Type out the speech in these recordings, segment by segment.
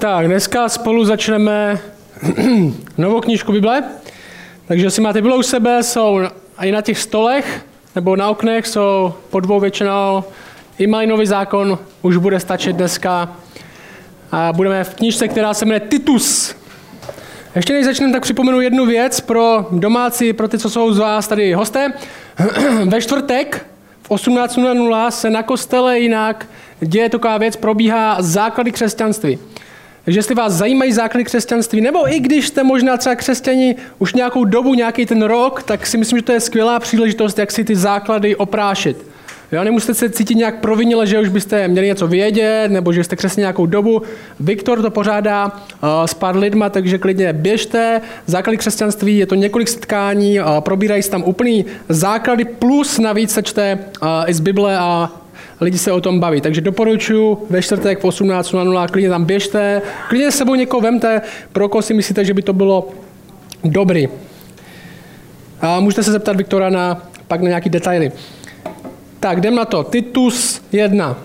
Tak, dneska spolu začneme novou knížku Bible. Takže jestli máte Bible u sebe, jsou i na těch stolech, nebo na oknech, jsou po dvou většinou. I malý Nový zákon už bude stačit dneska. A budeme v knížce, která se jmenuje Titus. Ještě než začneme, tak připomenu jednu věc pro domácí, pro ty, co jsou z vás tady hosté. Ve čtvrtek v 18:00 se na kostele jinak děje taková věc, probíhá základy křesťanství. Takže jestli vás zajímají základy křesťanství, nebo i když jste možná třeba křesťani už nějakou dobu, nějaký ten rok, tak si myslím, že to je skvělá příležitost, jak si ty základy oprášit. Jo, nemusíte se cítit nějak provinile, že už byste měli něco vědět, nebo že jste křesťani nějakou dobu. Viktor to pořádá s pár lidma, takže klidně běžte. Základy křesťanství, je to několik setkání, probírají se tam úplný základy, plus navíc se čte i z Bible a lidi se o tom baví. Takže doporučuji ve čtvrtek v 18:00, klidně tam běžte, klidně s sebou někoho vemte, pro koho si myslíte, že by to bylo dobrý. A můžete se zeptat Viktora pak na nějaké detaily. Tak, jdem na to. Titus 1.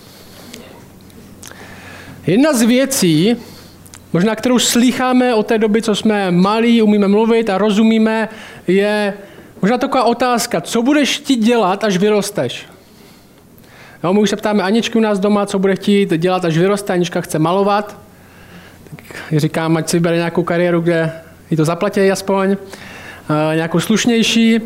Jedna z věcí, možná kterou slýcháme od té doby, co jsme malí, umíme mluvit a rozumíme, je možná taková otázka, co budeš chtít dělat, až vyrosteš? Jo, my už se ptáme Aničky u nás doma, co bude chtít dělat, až vyroste. Anička chce malovat. Tak říkám, ať si vybere nějakou kariéru, kde jí to zaplatí aspoň. Nějakou slušnější.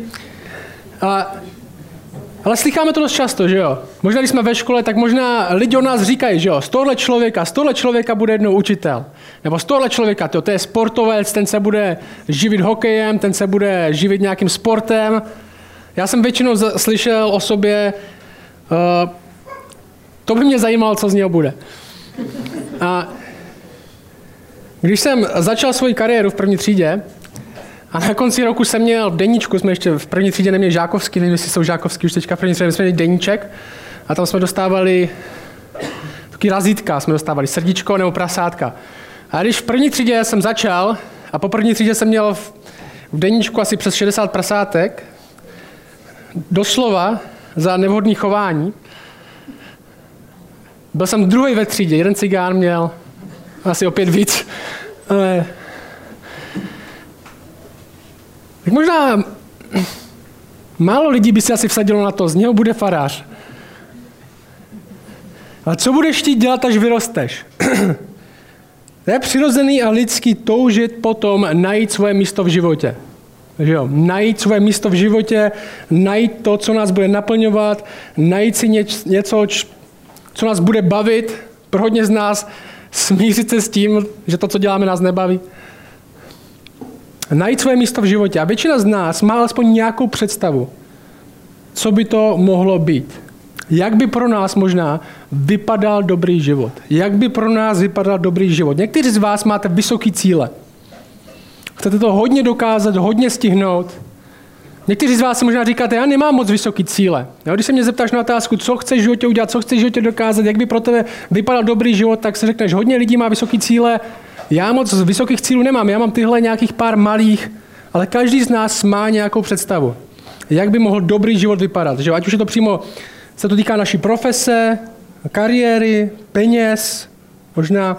Ale slycháme to dost často, že jo? Možná, když jsme ve škole, tak možná lidi o nás říkají, že jo? Z tohle člověka bude jednou učitel. Nebo z tohle člověka, to je sportovec, ten se bude živit hokejem, ten se bude živit nějakým sportem. Já jsem většinou slyšel o sobě, to by mě zajímalo, co z něho bude. A když jsem začal svoji kariéru v první třídě, a na konci roku jsem měl v deníčku, jsme ještě v první třídě neměli žákovský, nevím, jestli jsou žákovský už teďka v první třídě, jsme měli deníček a tam jsme dostávali taky razítka, jsme dostávali srdíčko nebo prasátka. A když v první třídě jsem začal a po první třídě jsem měl v deníčku asi přes 60 prasátek, doslova za nevhodné chování, byl jsem druhý ve třídě, jeden cigán měl asi opět víc, ale tak možná málo lidí by si asi vsadilo na to, z něho bude farář. Ale co budeš chtít dělat, až vyrosteš? To je přirozený a lidský toužit potom najít svoje místo v životě. Že jo? Najít svoje místo v životě, najít to, co nás bude naplňovat, najít si něco, co nás bude bavit, pro hodně z nás smířit se s tím, že to, co děláme, nás nebaví. Najít svoje místo v životě. A většina z nás má alespoň nějakou představu, co by to mohlo být. Jak by pro nás možná vypadal dobrý život. Jak by pro nás vypadal dobrý život. Někteří z vás máte vysoký cíle. Chcete to hodně dokázat, hodně stihnout. Někteří z vás si možná říkáte, já nemám moc vysoký cíle. Jo, když se mě zeptáš na otázku, co chceš v životě udělat, co chceš v životě dokázat, jak by pro tebe vypadal dobrý život, tak si řekneš, hodně lidí má vysoký cíle. Já moc vysokých cílů nemám, já mám tyhle nějakých pár malých, ale každý z nás má nějakou představu, jak by mohl dobrý život vypadat. Že? Ať už je to přímo, se to týká naší profese, kariéry, peněz, možná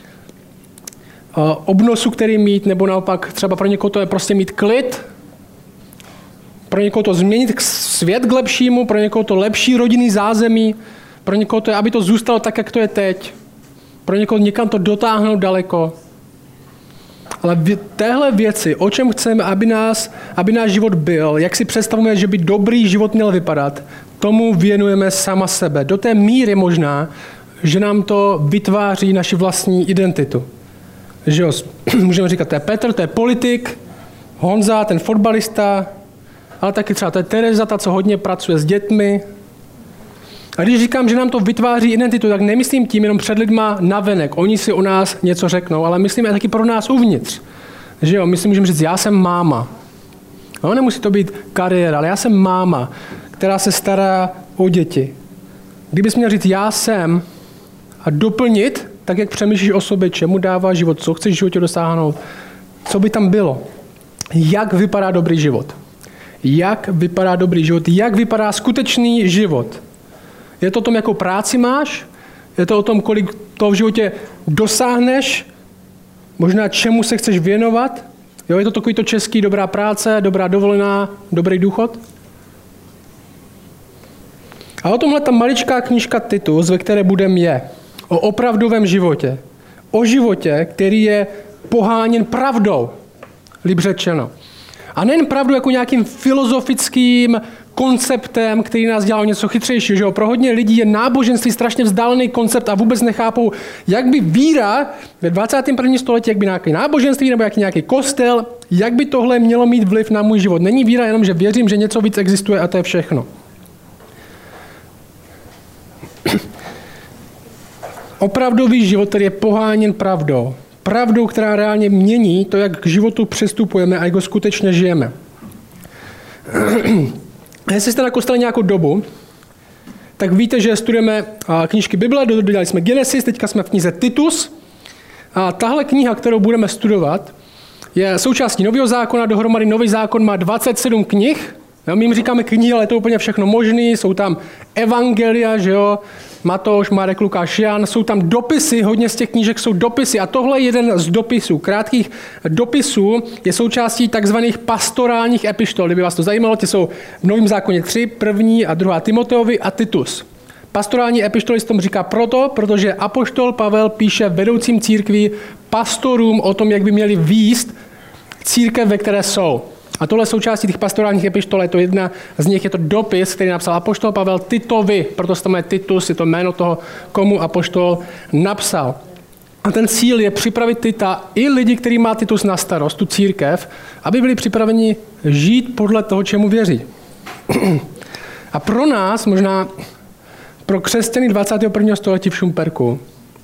obnosu, který mít, nebo naopak třeba pro někoho to je prostě mít klid, pro někoho to změnit svět k lepšímu, pro někoho to lepší rodinný zázemí, pro někoho to je, aby to zůstalo tak, jak to je teď. Pro někoho někam to dotáhnout daleko. Ale v téhle věci, o čem chceme, aby náš život byl, jak si představujeme, že by dobrý život měl vypadat, tomu věnujeme sama sebe. Do té míry možná, že nám to vytváří naši vlastní identitu. Že jo, můžeme říkat, to je Petr, to je politik, Honza, ten fotbalista, ale taky třeba to je Tereza, ta, co hodně pracuje s dětmi. A když říkám, že nám to vytváří identitu, tak nemyslím tím jenom před lidma navenek. Oni si o nás něco řeknou, ale myslím taky pro nás uvnitř. Že jo, my si můžeme říct, já jsem máma. No, nemusí to být kariéra, ale já jsem máma, která se stará o děti. Kdybys měl říct, já jsem a doplnit, tak jak přemýšlíš o sobě, čemu dává život, co chceš v životě dosáhnout, co by tam bylo. Jak vypadá dobrý život. Jak vypadá dobrý život, jak vypadá skutečný život. Je to o tom, jakou práci máš, je to o tom, kolik toho v životě dosáhneš, možná čemu se chceš věnovat. Jo, je to takový to český dobrá práce, dobrá dovolená, dobrý důchod. A o tomhle ta maličká knížka Titus, ve které budeme, je o opravdovém životě. O životě, který je poháněn pravdou, líp řečeno. A nejen pravdu jako nějakým filozofickým konceptem, který nás dělá něco chytřejšího. Že jo? Pro hodně lidí je náboženství strašně vzdálený koncept a vůbec nechápou, jak by víra ve 21. století, jak by nějaké náboženství nebo jak nějaký kostel, jak by tohle mělo mít vliv na můj život. Není víra jenom, že věřím, že něco víc existuje a to je všechno. Opravdový život, který je poháněn pravdou. Pravdou, která reálně mění to, jak k životu přistupujeme a jak ho skutečně žijeme. Jestli jste na kostele nějakou dobu, tak víte, že studujeme knížky Bible, dodali jsme Genesis, teďka jsme v knize Titus. A tahle kniha, kterou budeme studovat, je součástí Nového zákona, dohromady Nový zákon má 27 knih. My jim říkáme knihy, ale je to úplně všechno možné. Jsou tam evangelia, že jo, Matouš, Marek, Lukáš, Jan, jsou tam dopisy, hodně z těch knížek jsou dopisy a tohle je jeden z dopisů, krátkých dopisů, je součástí takzvaných pastorálních epištol. Kdyby vás to zajímalo, ty jsou v Novém zákoně 3, 1. a 2. Timoteovi a Titus. Pastorální epištoly se tomu říká protože apoštol Pavel píše vedoucím církví pastorům o tom, jak by měli vést církev, ve které jsou. A tohle součástí těch pastorálních epištol, je to jedna z nich, je to dopis, který napsal apoštol Pavel Titovi, proto se to jmenuje Titus, je to jméno toho, komu apoštol napsal. A ten cíl je připravit Tita i lidi, kteří má Titus na starost, tu církev, aby byli připraveni žít podle toho, čemu věří. A pro nás, možná pro křesťany 21. století v Šumperku,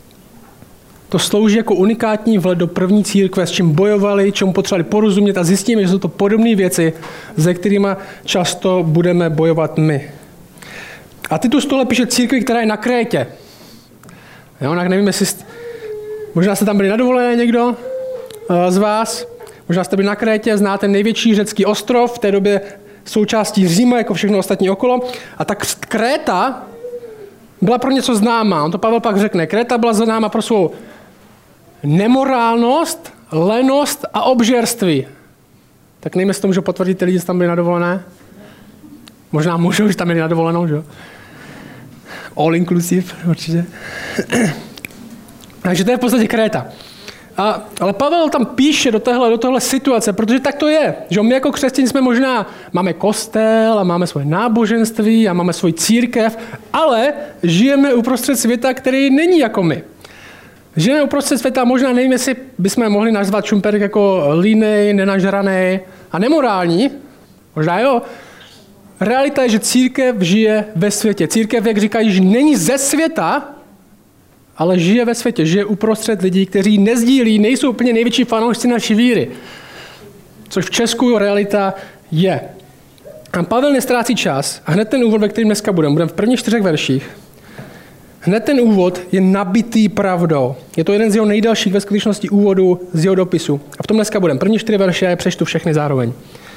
to slouží jako unikátní vhled do první církve, s čím bojovali, čemu potřebovali porozumět a zjistíme, že jsou to podobné věci, se kterými často budeme bojovat my. A Titus tohle píše církvi, která je na Krétě. Jo, nevím, jestli možná jste tam byli na dovolené někdo z vás, možná jste byli na Krétě, znáte největší řecký ostrov, v té době součástí Říma, jako všechno ostatní okolo. A ta Kréta byla pro něco známá. On to Pavel pak řekne. Kréta byla známá pro svou nemorálnost, lenost a obžerství. Tak nevím, jestli to můžu potvrdit, ty lidi, co tam byli na dovolené. Možná můžou, že tam byli na dovolenou, že jo? All inclusive, určitě. Takže to je v podstatě Kréta. Ale Pavel tam píše do téhle situace, protože tak to je. Že my jako křesťané jsme možná, máme kostel a máme svoje náboženství a máme svoji církev, ale žijeme uprostřed světa, který není jako my. Žijeme uprostřed světa, možná nevím, jestli bychom mohli nazvat Šumperk jako línej, nenažranej a nemorální. Možná jo. Realita je, že církev žije ve světě. Církev, jak říkají, není ze světa, ale žije ve světě, žije uprostřed lidí, kteří nezdílí, nejsou úplně největší fanoušci naší víry. Což v Česku realita je. A Pavel nestrácí čas a hned ten úvod, ve kterém dneska budeme v prvních 4 verších, hned ten úvod je nabitý pravdou. Je to jeden z jeho nejdelších ve skutečnosti úvodů z jeho dopisu. A v tom dneska budeme. První 4 verše, já je přečtu všechny zároveň.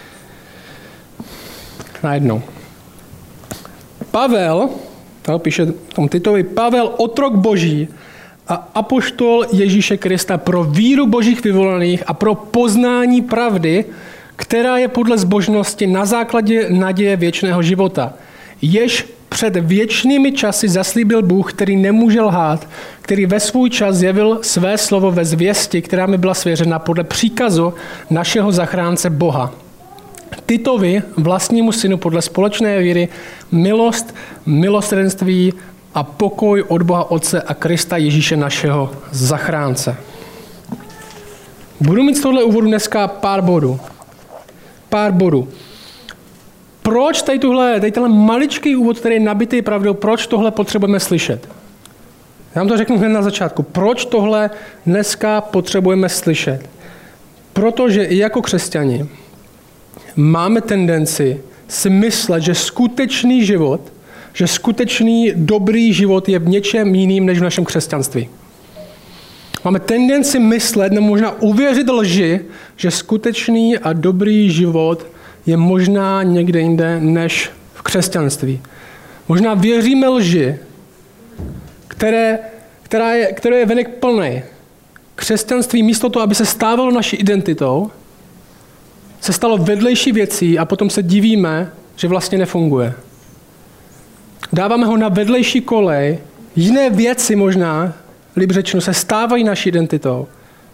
Najednou. Pavel, píše tom Titovi, Pavel, otrok Boží a apoštol Ježíše Krista pro víru Božích vyvolaných a pro poznání pravdy, která je podle zbožnosti na základě naděje věčného života. Jež před věčnými časy zaslíbil Bůh, který nemůže lhát, který ve svůj čas zjevil své slovo ve zvěsti, která mi byla svěřena podle příkazu našeho zachránce Boha. Titovi, vlastnímu synu podle společné víry, milost, milosrdenství a pokoj od Boha Otce a Krista Ježíše našeho zachránce. Budu mít z tohle úvodu dneska pár bodů. Proč tady tenhle maličký úvod, který je nabitý pravdou, proč tohle potřebujeme slyšet? Já vám to řeknu hned na začátku. Proč tohle dneska potřebujeme slyšet? Protože i jako křesťani máme tendenci si myslet, že skutečný život, že skutečný dobrý život je v něčem jiným než v našem křesťanství. Máme tendenci myslet, nebo možná uvěřit lži, že skutečný a dobrý život je možná někde jinde než v křesťanství. Možná věříme lži, které které je venek plný. Křesťanství místo toho, aby se stávalo naší identitou, se stalo vedlejší věcí a potom se divíme, že vlastně nefunguje. Dáváme ho na vedlejší kolej, jiné věci možná, líp řečeno, se stávají naší identitou.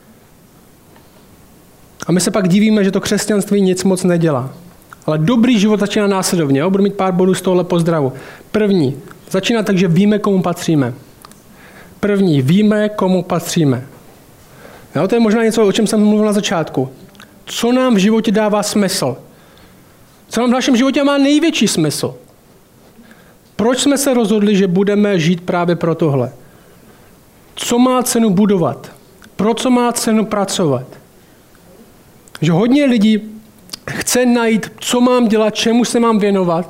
A my se pak divíme, že to křesťanství nic moc nedělá. Ale dobrý život začíná následovně. Budu mít pár bodů z tohohle pozdravu. První, začíná tak, že víme, komu patříme. Víme, komu patříme. Jo, to je možná něco, o čem jsem mluvil na začátku. Co nám v životě dává smysl? Co nám v našem životě má největší smysl? Proč jsme se rozhodli, že budeme žít právě pro tohle? Co má cenu budovat? Pro co má cenu pracovat? Že hodně lidí chce najít, co mám dělat, čemu se mám věnovat,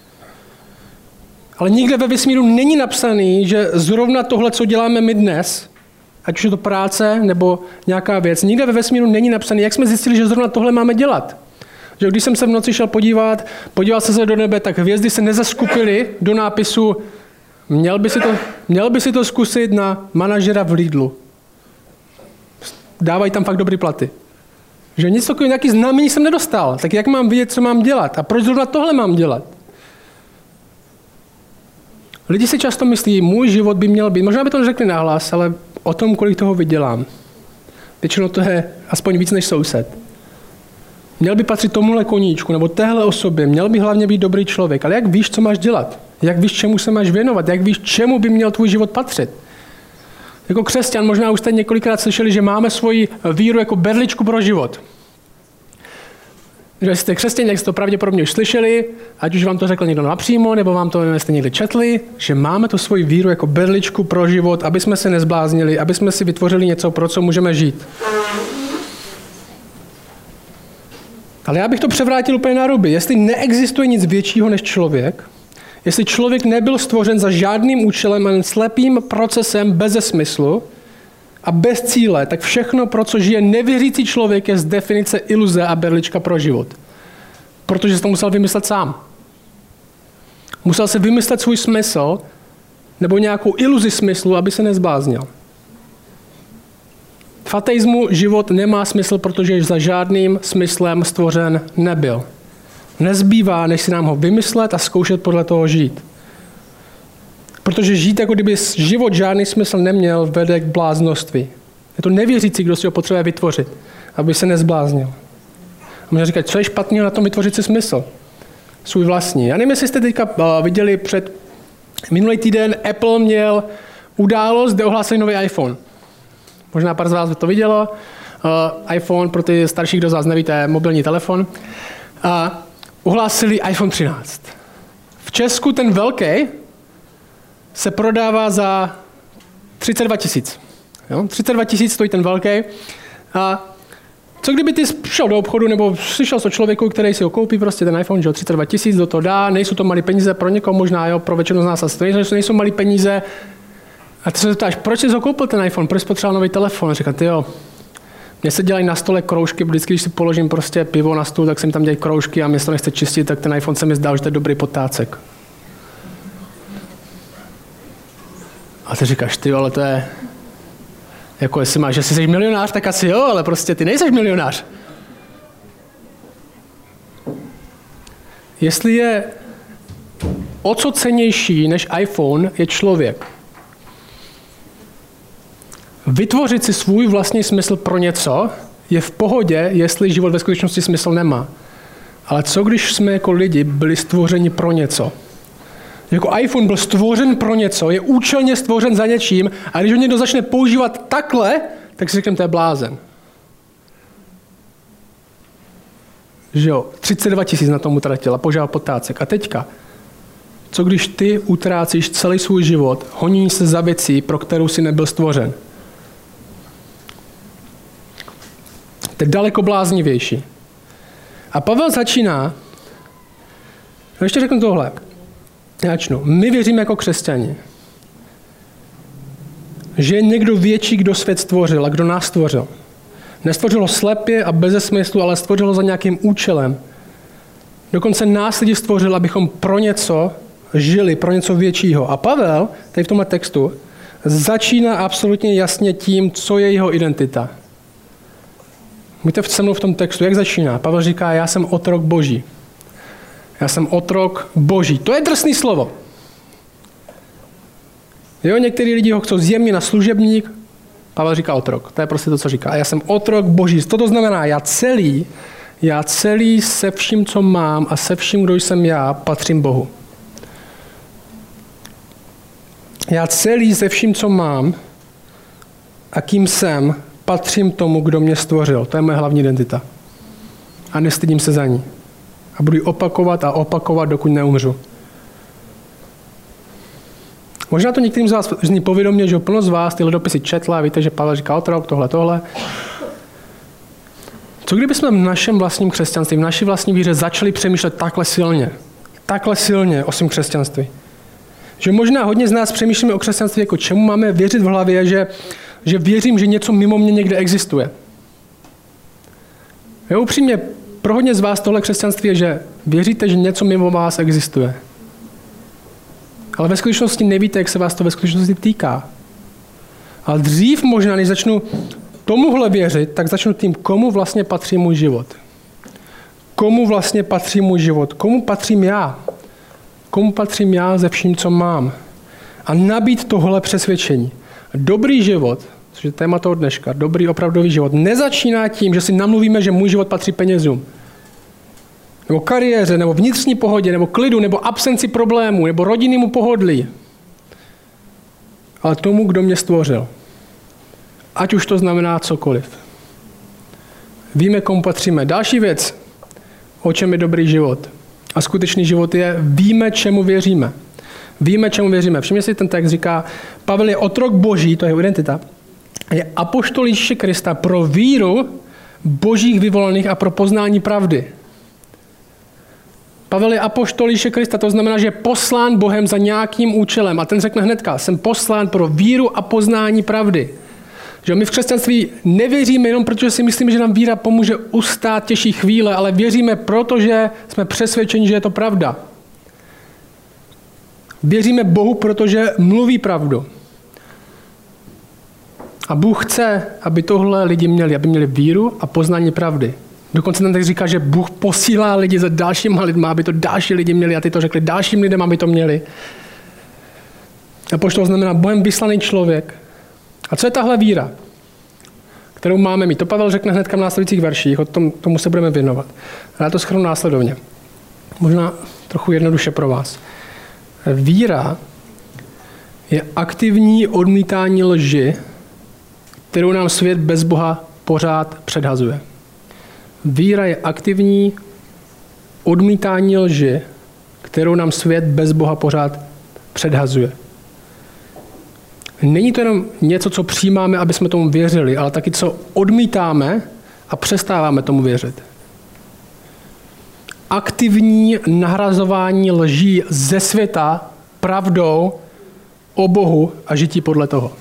ale nikde ve vesmíru není napsaný, že zrovna tohle, co děláme my dnes, ať už je to práce nebo nějaká věc, nikde ve vesmíru není napsaný, jak jsme zjistili, že zrovna tohle máme dělat. Že když jsem se v noci šel podíval se do nebe, tak hvězdy se nezaskupily do nápisu měl by si to zkusit na manažera v Lidlu. Dávají tam fakt dobrý platy. Že nic takového, nějaký znamení jsem nedostal. Tak jak mám vidět, co mám dělat? A proč zrovna tohle mám dělat? Lidi si často myslí, můj život by měl být, možná by to neřekli nahlas, ale o tom, kolik toho vydělám. Většinou to je aspoň víc než soused. Měl by patřit tomuhle koníčku nebo téhle osobě, měl by hlavně být dobrý člověk. Ale jak víš, co máš dělat? Jak víš, čemu se máš věnovat? Jak víš, čemu by měl tvůj život patřit? Jako křesťan možná už jste několikrát slyšeli, že máme svoji víru jako berličku pro život. Že jste křesťané, jak jste to pravděpodobně už slyšeli, ať už vám to řekl někdo napřímo, nebo vám to jste někde četli, že máme tu svoji víru jako berličku pro život, aby jsme se nezbláznili, aby jsme si vytvořili něco, pro co můžeme žít. Ale já bych to převrátil úplně na ruby. Jestli neexistuje nic většího než člověk, jestli člověk nebyl stvořen za žádným účelem, jen slepým procesem beze smyslu a bez cíle, tak všechno, pro co žije nevěřící člověk, je z definice iluze a berlička pro život. Protože jsi to musel vymyslet sám. Musel se vymyslet svůj smysl nebo nějakou iluzi smyslu, aby se nezbláznil. V ateismu život nemá smysl, protože za žádným smyslem stvořen nebyl. Nezbývá, než si nám ho vymyslet a zkoušet podle toho žít. Protože žít, jako kdyby život žádný smysl neměl, vede k bláznoství. Je to nevěřící, kdo si ho potřebuje vytvořit, aby se nezbláznil. A můžeme říkat, co je špatného na tom vytvořit si smysl? Svůj vlastní. Já nevím, jestli jste teďka viděli minulý týden Apple měl událost, kde ohlásili nový iPhone. Možná pár z vás to vidělo. iPhone, pro ty starší, kdo z vás nevíte, mobilní telefon. A ohlásili iPhone 13. V Česku ten velký se prodává za 32 000. 32 000 stojí ten velký. A co kdyby ty šel do obchodu, nebo slyšel o člověku, který si ho koupí, prostě ten iPhone, že 32 000 do toho dá, nejsou to malé peníze, pro někoho možná, jo, pro většinu z nás asi nejsou malé peníze. A ty se ptáš, proč jsi ho koupil ten iPhone, proč jsi potřeboval nový telefon? A říká, jo, mně se dělají na stole kroužky, vždycky, když si položím prostě pivo na stůl, tak se mi tam dělají kroužky a mě to nechce čistit, tak ten iPhone se mi zdá, že to je dobrý potácek. A ty říkáš, ty, ale to je, jako jestli máš, že jsi milionář, tak asi jo, ale prostě ty nejseš milionář. Jestli je o co cennější než iPhone, je člověk. Vytvořit si svůj vlastní smysl pro něco je v pohodě, jestli život ve skutečnosti smysl nemá. Ale co když jsme jako lidi byli stvořeni pro něco? Jako iPhone byl stvořen pro něco, je účelně stvořen za něčím a když ho někdo začne používat takhle, tak si řekneme, to je blázen. Že jo, 32 000 na tom utratil a požádal potácek. A teďka, co když ty utrácíš celý svůj život, honí se za věcí, pro kterou si nebyl stvořen? To je daleko bláznivější. A Pavel začíná, ještě řeknu tohle, já začnu. My věříme jako křesťani, že je někdo větší, kdo svět stvořil a kdo nás stvořil. Nestvořil ho slepě a beze smyslu, ale stvořil ho za nějakým účelem. Dokonce nás lidi stvořil, abychom pro něco žili, pro něco většího. A Pavel, tady v tomhle textu, začíná absolutně jasně tím, co je jeho identita. Víte se mnou v tom textu, jak začíná? Pavel říká, já jsem otrok Boží. Já jsem otrok Boží. To je drsný slovo. Jo, některý lidi ho chcou zjemnit na služebník, Pavel říká otrok. To je prostě to, co říká. A já jsem otrok Boží. To znamená, já celý se vším, co mám a se vším, kdo jsem já, patřím Bohu. Já celý se vším, co mám a kým jsem, patřím tomu, kdo mě stvořil. To je moje hlavní identita. A nestydím se za ní. A budu ji opakovat a opakovat, dokud neumřu. Možná to některým z vás zní povědomě, že plno z vás tyhle dopisy četla, víte, že Pavel říká otrok, tohle. Co kdybychom v našem vlastním křesťanství, v naší vlastní víře začali přemýšlet takhle silně o svém křesťanství? Že možná hodně z nás přemýšlíme o křesťanství, jako čemu máme věřit v hlavě, že věřím, že něco mimo mě někde existuje. Jo, upřímně, pro hodně z vás tohle křesťanství je, že věříte, že něco mimo vás existuje. Ale ve skutečnosti nevíte, jak se vás to ve skutečnosti týká. Ale dřív možná, než začnu tomuhle věřit, tak začnu tím, komu vlastně patří můj život. Komu vlastně patří můj život? Komu patřím já? Komu patřím já ze vším, co mám? A nabít tohle přesvědčení. Dobrý život, což je téma toho dneška, dobrý opravdový život, nezačíná tím, že si namluvíme, že můj život patří penězům. Nebo kariéře, nebo vnitřní pohodě, nebo klidu, nebo absenci problémů, nebo rodinnému pohodlí. Ale tomu, kdo mě stvořil. Ať už to znamená cokoliv. Víme, komu patříme. Další věc, o čem je dobrý život. A skutečný život je, víme, čemu věříme. Víme, čemu věříme. Všimně si, ten text říká, Pavel je otrok Boží, to je jeho identita, je apoštol Ježíše Krista pro víru Božích vyvolených a pro poznání pravdy. Pavel je apoštol Ježíše Krista, to znamená, že je poslán Bohem za nějakým účelem. A ten řekne hnedka, jsem poslán pro víru a poznání pravdy. Že my v křesťanství nevěříme jenom protože si myslíme, že nám víra pomůže ustát těžší chvíle, ale věříme, protože jsme přesvědčeni, že je to pravda. Věříme Bohu, protože mluví pravdu. A Bůh chce, aby tohle lidi měli, aby měli víru a poznání pravdy. Dokonce ten tak říká, že Bůh posílá lidi za dalšíma lidma, aby to další lidi měli a ty to řekli dalším lidem, aby to měli. A apoštol znamená Bohem vyslaný člověk. A co je tahle víra, kterou máme mít? To Pavel řekne hnedka v následujících verších, tomu se budeme věnovat. A já to shrnu následovně. Možná trochu jednoduše pro vás. Víra je aktivní odmítání lži, kterou nám svět bez Boha pořád předhazuje. Víra je aktivní odmítání lži, kterou nám svět bez Boha pořád předhazuje. Není to jenom něco, co přijímáme, aby jsme tomu věřili, ale taky, co odmítáme a přestáváme tomu věřit. Aktivní nahrazování lží ze světa pravdou o Bohu a žití podle toho.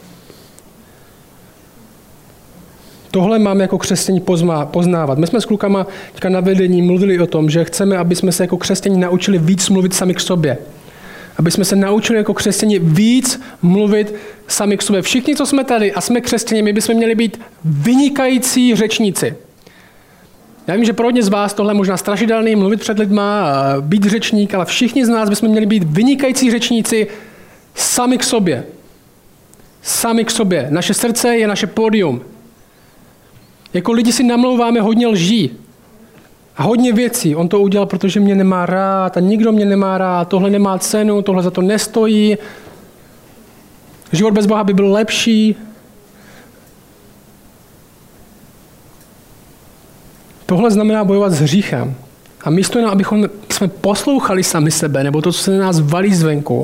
Tohle máme jako křesťané poznávat. My jsme s klukama na vedení mluvili o tom, že chceme, aby jsme se jako křesťané naučili víc mluvit sami k sobě. Aby jsme se naučili jako křesťané víc mluvit sami k sobě. Všichni, co jsme tady a jsme křesťané, my bychom měli být vynikající řečníci. Já vím, že pro hodně z vás tohle je možná strašidelný, mluvit před lidma, být řečník, ale všichni z nás bychom měli být vynikající řečníci sami k sobě. Sami k sobě. Naše srdce je naše pódium. Jako lidi si namlouváme hodně lží a hodně věcí. On to udělal, protože mě nemá rád a nikdo mě nemá rád, tohle nemá cenu, tohle za to nestojí. Život bez Boha by byl lepší. Tohle znamená bojovat s hříchem. A místo jenom, abychom jsme poslouchali sami sebe, nebo to, co se na nás valí zvenku,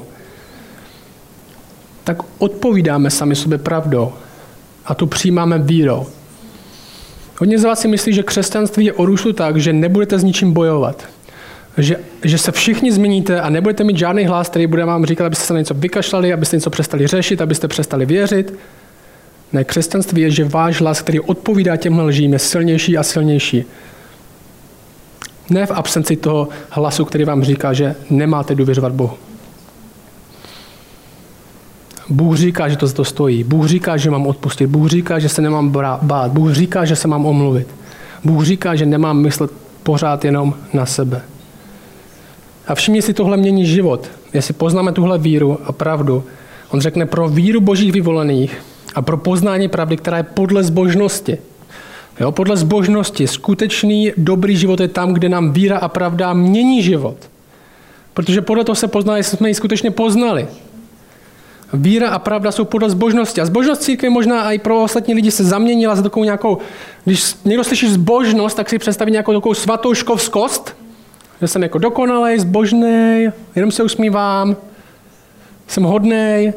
tak odpovídáme sami sobě pravdou a tu přijímáme vírou. Hodně z vás si myslí, že křesťanství je o růstu tak, že nebudete s ničím bojovat. Že se všichni změníte a nebudete mít žádný hlas, který bude vám říkat, abyste se na něco vykašlali, abyste něco přestali řešit, abyste přestali věřit. Ne, křesťanství je, že váš hlas, který odpovídá těmhle lžím, je silnější a silnější. Ne v absenci toho hlasu, který vám říká, že nemáte důvěřovat Bohu. Bůh říká, že to za to stojí. Bůh říká, že mám odpustit. Bůh říká, že se nemám bát. Bůh říká, že se mám omluvit. Bůh říká, že nemám myslet pořád jenom na sebe. A všimni si, tohle mění život. Jestli poznáme tuhle víru a pravdu, on řekne pro víru božích vyvolených a pro poznání pravdy, která je podle zbožnosti. Jo, podle zbožnosti. Skutečný dobrý život je tam, kde nám víra a pravda mění život. Protože podle toho se pozná, jestli jsme ji skutečně poznali. Víra a pravda jsou podle zbožnosti. A zbožnost církve možná i pro ostatní lidi se zaměnila za takovou nějakou, když někdo slyší zbožnost, tak si představí nějakou takovou svatouškovskost, že jsem jako dokonalej, zbožnej, jenom se usmívám, jsem hodnej.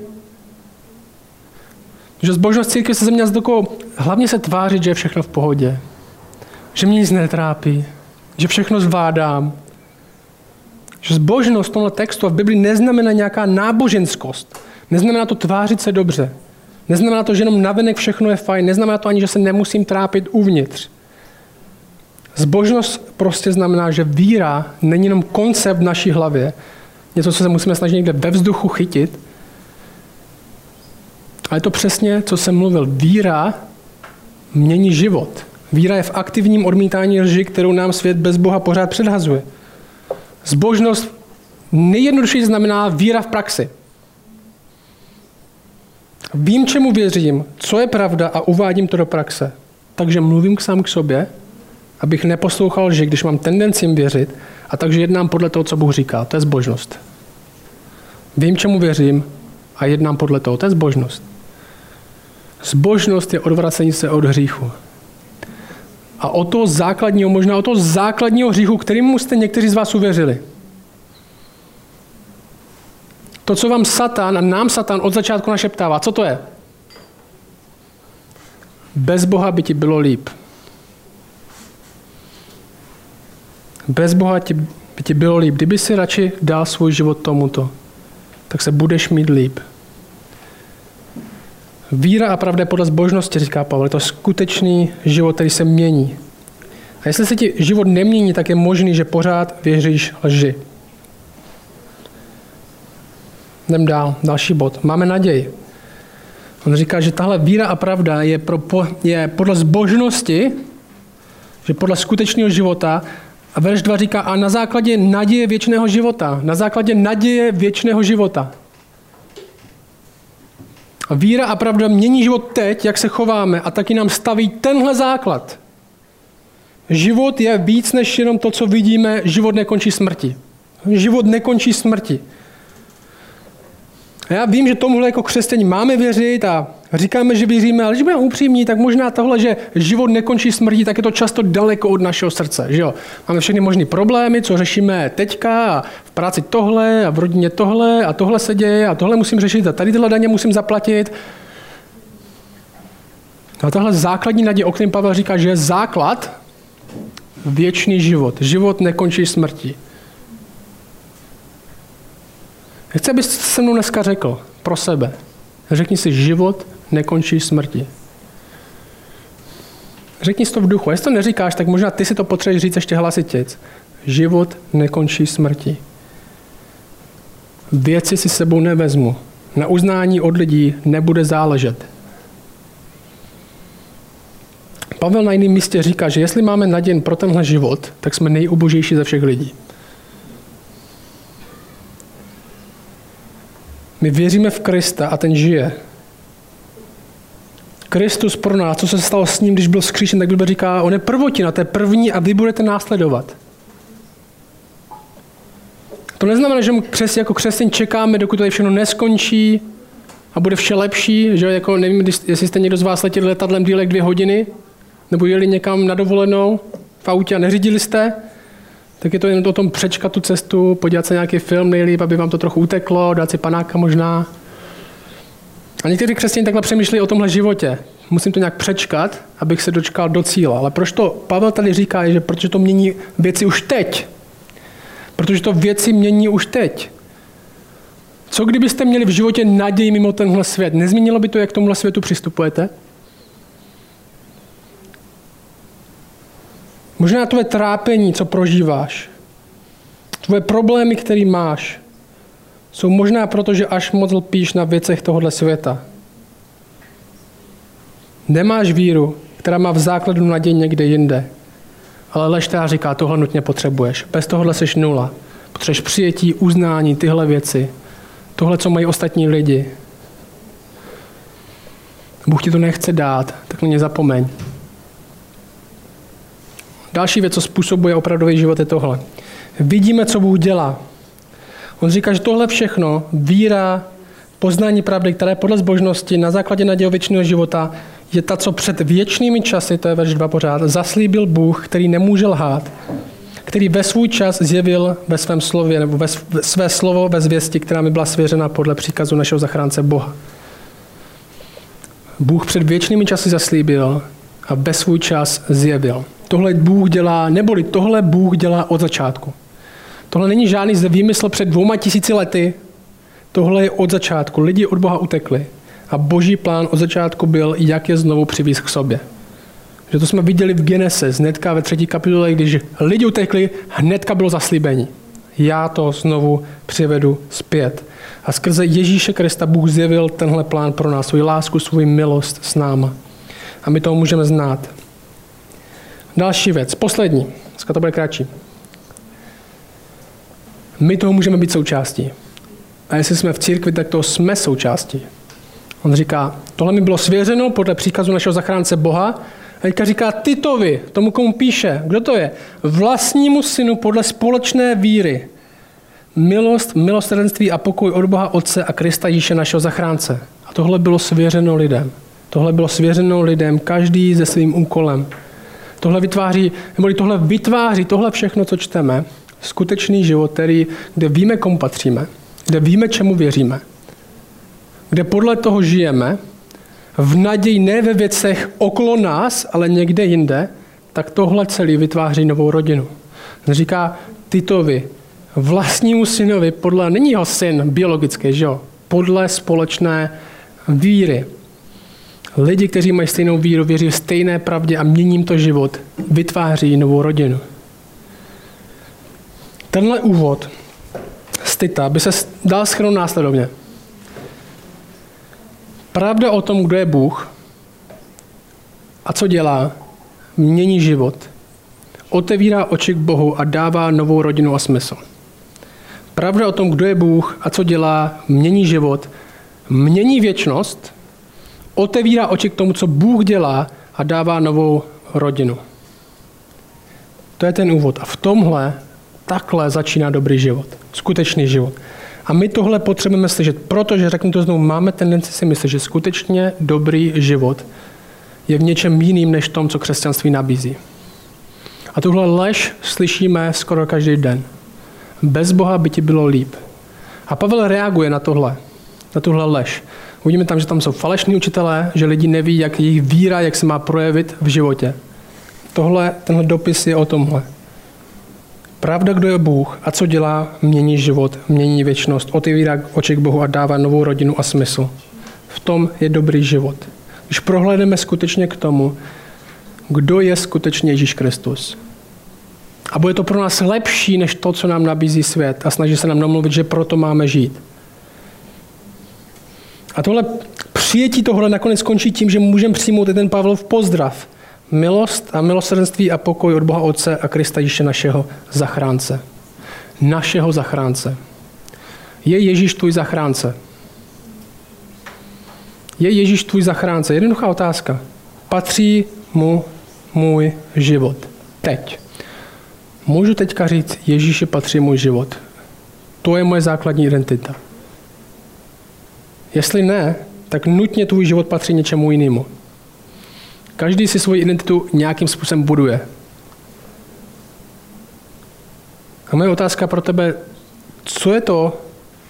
Že zbožnost církve se zaměnila za takovou, hlavně se tvářit, že je všechno v pohodě. Že mě nic netrápí, že všechno zvládám. Že zbožnost v tomhle textu a v Bibli neznamená nějaká náboženskost. Neznamená to tvářit se dobře. Neznamená to, že jenom navenek všechno je fajn. Neznamená to ani, že se nemusím trápit uvnitř. Zbožnost prostě znamená, že víra není jenom koncept v naší hlavě. Něco, co se musíme snažit někde ve vzduchu chytit. Ale je to přesně, co jsem mluvil. Víra mění život. Víra je v aktivním odmítání lži, kterou nám svět bez Boha pořád předhazuje. Zbožnost nejjednodušeji znamená víra v praxi. Vím, čemu věřím, co je pravda a uvádím to do praxe. Takže mluvím sám k sobě, abych neposlouchal lži, když mám tendenci jim věřit, a takže jednám podle toho, co Bůh říká. To je zbožnost. Vím, čemu věřím a jednám podle toho. To je zbožnost. Zbožnost je odvracení se od hříchu. A od toho základního, možná od toho základního hříchu, kterému jste někteří z vás uvěřili. To, co vám Satan a nám Satan od začátku našeptává, co to je? Bez Boha by ti bylo líp. Bez Boha by ti bylo líp. Kdyby si radši dal svůj život tomuto, tak se budeš mít líp. Víra a pravda je podle zbožnosti, říká Pavel. Je to skutečný život, který se mění. A jestli se ti život nemění, tak je možný, že pořád věříš lži. Jdem dál. Další bod. Máme naději. On říká, že tahle víra a pravda je podle zbožnosti, že podle skutečného života. A verš 2 říká, a na základě naděje věčného života. Na základě naděje věčného života. A víra a pravda mění život teď, jak se chováme, a taky nám staví tenhle základ. Život je víc než jenom to, co vidíme. Život nekončí smrti. Život nekončí smrti. A já vím, že tomuhle jako křesťaní máme věřit a říkáme, že věříme, ale když budeme upřímní, tak možná tohle, že život nekončí smrtí, tak je to často daleko od našeho srdce. Že jo? Máme všechny možné problémy, co řešíme teďka a v práci tohle a v rodině tohle a tohle se děje a tohle musím řešit a tady tyhle daně musím zaplatit. A tahle základní naděje, o kterém Pavel říká, že je základ, věčný život. Život nekončí smrtí. Chci, abys se mnou dneska řekl pro sebe. Řekni si, život nekončí smrti. Řekni si to v duchu. A jestli to neříkáš, tak možná ty si to potřebuješ říct ještě hlasitějc. Život nekončí smrti. Věci si sebou nevezmu. Na uznání od lidí nebude záležet. Pavel na jiném místě říká, že jestli máme naději pro tenhle život, tak jsme nejubožejší ze všech lidí. My věříme v Krista a ten žije. Kristus pro nás, co se stalo s ním, když byl vzkříšen, tak Bible říká, on je prvotina, to je první a vy budete následovat. To neznamená, že jako křesťané čekáme, dokud to všechno neskončí a bude vše lepší, že jako nevím, jestli jste někdo z vás letěli letadlem díl jak 2 hodiny, nebo jeli někam na dovolenou v autě a neřídili jste, tak je to jen o tom přečkat tu cestu, podívat se nějaký film nejlíp, aby vám to trochu uteklo, dát si panáka možná. A někteří křesťané takhle přemýšlí o tomhle životě. Musím to nějak přečkat, abych se dočkal do cíle. Ale proč to Pavel tady říká, je, že protože to mění věci už teď. Protože to věci mění už teď. Co kdybyste měli v životě naději mimo tenhle svět? Nezměnilo by to, jak k tomuhle světu přistupujete? Možná tvoje trápení, co prožíváš, tvoje problémy, které máš, jsou možná proto, že až moc lpíš na věcech tohohle světa. Nemáš víru, která má v základu naději někde jinde. Ale lež teda říká, tohle nutně potřebuješ. Bez tohohle seš nula. Potřebuješ přijetí, uznání, tyhle věci. Tohle, co mají ostatní lidi. Bůh ti to nechce dát, tak na ně zapomeň. Další věc, co způsobuje opravdový život, je tohle. Vidíme, co Bůh dělá. On říká, že tohle všechno, víra, poznání pravdy, které je podle zbožnosti na základě naděje věčného života, je ta, co před věčnými časy, to je verš 2 pořád, zaslíbil Bůh, který nemůže lhát, který ve svůj čas zjevil ve svém slově, nebo své slovo ve zvěsti, která mi byla svěřena podle příkazu našeho zachránce Boha. Bůh před věčnými časy zaslíbil a ve svůj čas zjevil. Tohle Bůh dělá, neboli tohle Bůh dělá od začátku. Tohle není žádný výmysl před 2000 lety, tohle je od začátku. Lidi od Boha utekli. A boží plán od začátku byl, jak je znovu přivést k sobě. Že to jsme viděli v Genesis, hnedka ve 3. kapitole, když lidi utekli, hnedka bylo zaslíbení. Já to znovu přivedu zpět. A skrze Ježíše Krista Bůh zjevil tenhle plán pro nás, svou lásku, svou milost s náma. A my toho můžeme znát. Další věc, poslední, dneska to bude kratší. My toho můžeme být součástí. A jestli jsme v církvi, tak toho jsme součástí. On říká, tohle mi bylo svěřeno podle příkazu našeho zachránce Boha. A teďka říká Titovi, tomu, komu píše. Kdo to je? Vlastnímu synu podle společné víry. Milost, milosrdenství a pokoj od Boha Otce a Krista Ježíše našeho zachránce. A tohle bylo svěřeno lidem. Tohle bylo svěřeno lidem, každý se svým úkolem. Tohle vytváří tohle všechno, co čteme, skutečný život, kde víme, komu patříme, kde víme, čemu věříme, kde podle toho žijeme, v naději ne ve věcech okolo nás, ale někde jinde, tak tohle celý vytváří novou rodinu. On říká Titovi, vlastnímu synovi, není jeho syn biologický, že jo? Podle společné víry. Lidi, kteří mají stejnou víru, věří v stejné pravdě a mění jim to život, vytváří novou rodinu. Tenhle úvod z Tita by se dal shrnout následovně. Pravda o tom, kdo je Bůh a co dělá, mění život. Otevírá oči k Bohu a dává novou rodinu a smysl. Pravda o tom, kdo je Bůh a co dělá, mění život, mění věčnost, otevírá oči k tomu, co Bůh dělá a dává novou rodinu. To je ten úvod. A v tomhle takhle začíná dobrý život. Skutečný život. A my tohle potřebujeme slyšet, protože, řeknu to znovu, máme tendenci si myslet, že skutečně dobrý život je v něčem jiným, než tom, co křesťanství nabízí. A tuhle lež slyšíme skoro každý den. Bez Boha by ti bylo líp. A Pavel reaguje na tuhle lež. Uvidíme tam, že tam jsou falešní učitelé, že lidi neví, jak jejich víra, jak se má projevit v životě. Tenhle dopis je o tomhle. Pravda, kdo je Bůh a co dělá, mění život, mění věčnost, otevírá oči k Bohu a dává novou rodinu a smysl. V tom je dobrý život. Když prohlédneme skutečně k tomu, kdo je skutečně Ježíš Kristus. A bude to pro nás lepší, než to, co nám nabízí svět a snaží se nám namluvit, že proto máme žít. A tohle přijetí tohle nakonec skončí tím, že můžeme přijmout ten Pavlov pozdrav. Milost a milosrdenství a pokoj od Boha Otce a Krista Ježíše našeho zachránce. Našeho zachránce. Je Ježíš tvůj zachránce? Je Ježíš tvůj zachránce? Jednoduchá otázka. Patří mu můj život? Teď. Můžu teďka říct, Ježíši patří můj život. To je moje základní identita. Jestli ne, tak nutně tvůj život patří něčemu jinému. Každý si svoji identitu nějakým způsobem buduje. A moje otázka pro tebe, co je to?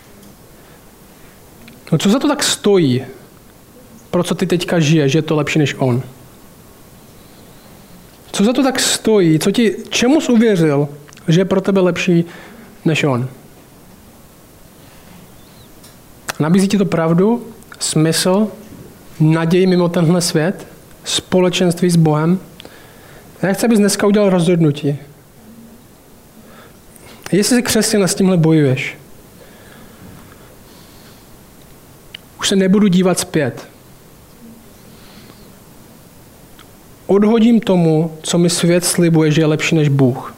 No, co za to tak stojí? Pro co ty teďka žiješ, že je to lepší než on? Co za to tak stojí? Čemu jsi uvěřil, že je pro tebe lepší než on? Nabízí ti to pravdu, smysl, naději mimo tenhle svět, společenství s Bohem? Já chci, abys dneska udělal rozhodnutí. Jestli jsi křesťan a s tímhle bojuješ, Už se nebudu dívat zpět. Odhodím tomu, co mi svět slibuje, že je lepší než Bůh.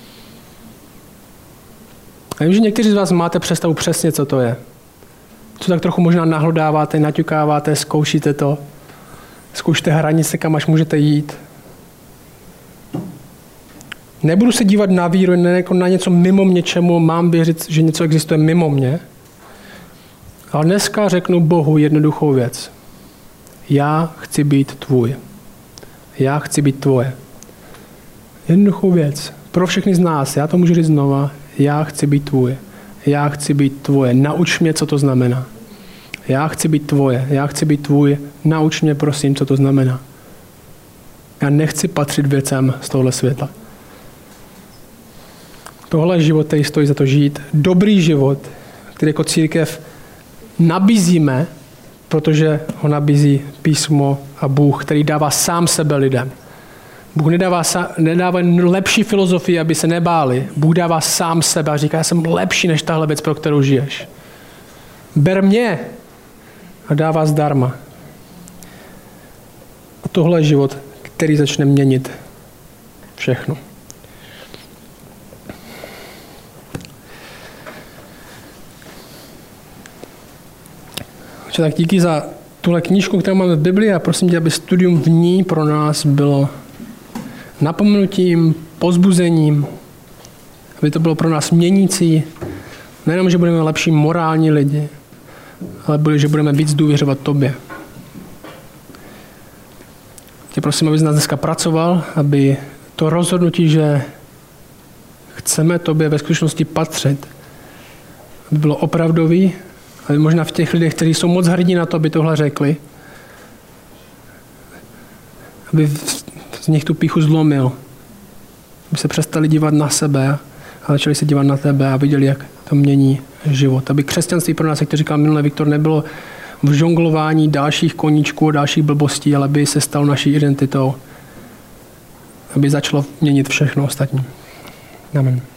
A vím, že někteří z vás máte představu přesně, co to je. Co tak trochu možná nahlodáváte, naťukáváte, zkoušíte to. Zkoušíte hranice, kam až můžete jít. Nebudu se dívat na víru, jako na něco mimo mě, čemu mám věřit, že něco existuje mimo mě. Ale dneska řeknu Bohu jednoduchou věc. Já chci být tvůj. Já chci být tvoje. Jednoduchou věc. Pro všechny z nás, já to můžu říct znova, já chci být tvůj. Já chci být tvoje. Nauč mě, co to znamená. Já chci být tvoje. Já chci být tvůj. Nauč mě, prosím, co to znamená. Já nechci patřit věcem z tohle světa. Tohle je život, který stojí za to žít. Dobrý život, který jako církev nabízíme, protože ho nabízí písmo a Bůh, který dává sám sebe lidem. Bůh nedává lepší filozofii, aby se nebáli. Bůh dává sám sebe a říká, já jsem lepší než tahle věc, pro kterou žiješ. Ber mě a dává zdarma. A tohle je život, který začne měnit všechno. Tak díky za tuhle knížku, kterou máme v Biblii a prosím tě, aby studium v ní pro nás bylo napomenutím, pozbuzením, aby to bylo pro nás měnící, nejenom, že budeme lepší morální lidi, ale že budeme víc důvěřovat tobě. Tě prosím, aby z nás dneska pracoval, aby to rozhodnutí, že chceme tobě ve skutečnosti patřit, aby bylo opravdový, aby možná v těch lidech, kteří jsou moc hrdí na to, aby tohle řekli, aby z nich tu pýchu zlomil, aby se přestali dívat na sebe a začali se dívat na tebe a viděli, jak to mění život. Aby křesťanství pro nás, jak to říkal minule Viktor, nebylo v žonglování dalších koníčků, dalších blbostí, ale aby se stalo naší identitou, aby začalo měnit všechno ostatní. Amen.